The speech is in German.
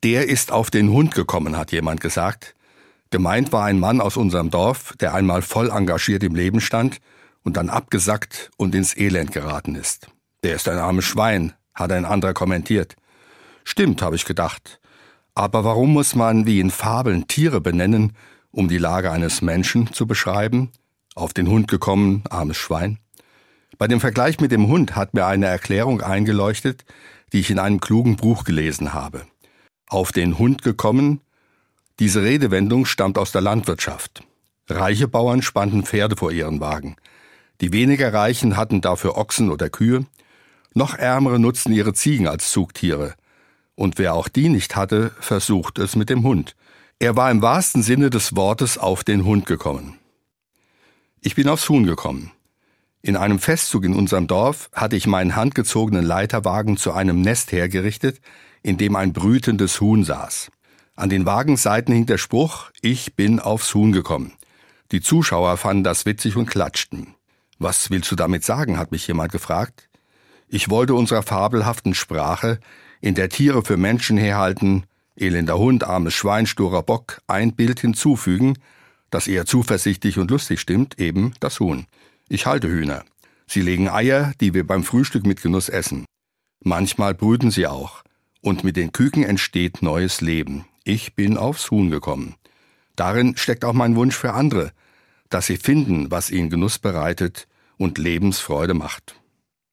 Der ist auf den Hund gekommen, hat jemand gesagt. Gemeint war ein Mann aus unserem Dorf, der einmal voll engagiert im Leben stand und dann abgesackt und ins Elend geraten ist. Der ist ein armes Schwein, hat ein anderer kommentiert. Stimmt, habe ich gedacht. Aber warum muss man wie in Fabeln Tiere benennen, um die Lage eines Menschen zu beschreiben? Auf den Hund gekommen, armes Schwein. Bei dem Vergleich mit dem Hund hat mir eine Erklärung eingeleuchtet, die ich in einem klugen Buch gelesen habe. Auf den Hund gekommen, diese Redewendung stammt aus der Landwirtschaft. Reiche Bauern spannten Pferde vor ihren Wagen. Die weniger Reichen hatten dafür Ochsen oder Kühe. Noch Ärmere nutzten ihre Ziegen als Zugtiere. Und wer auch die nicht hatte, versuchte es mit dem Hund. Er war im wahrsten Sinne des Wortes auf den Hund gekommen. Ich bin aufs Huhn gekommen. In einem Festzug in unserem Dorf hatte ich meinen handgezogenen Leiterwagen zu einem Nest hergerichtet, in dem ein brütendes Huhn saß. An den Wagenseiten hing der Spruch, ich bin aufs Huhn gekommen. Die Zuschauer fanden das witzig und klatschten. Was willst du damit sagen, hat mich jemand gefragt. Ich wollte unserer fabelhaften Sprache, in der Tiere für Menschen herhalten, elender Hund, armes Schwein, sturer Bock, ein Bild hinzufügen, das eher zuversichtlich und lustig stimmt, eben das Huhn. Ich halte Hühner. Sie legen Eier, die wir beim Frühstück mit Genuss essen. Manchmal brüten sie auch. Und mit den Küken entsteht neues Leben. Ich bin aufs Huhn gekommen. Darin steckt auch mein Wunsch für andere, dass sie finden, was ihnen Genuss bereitet und Lebensfreude macht.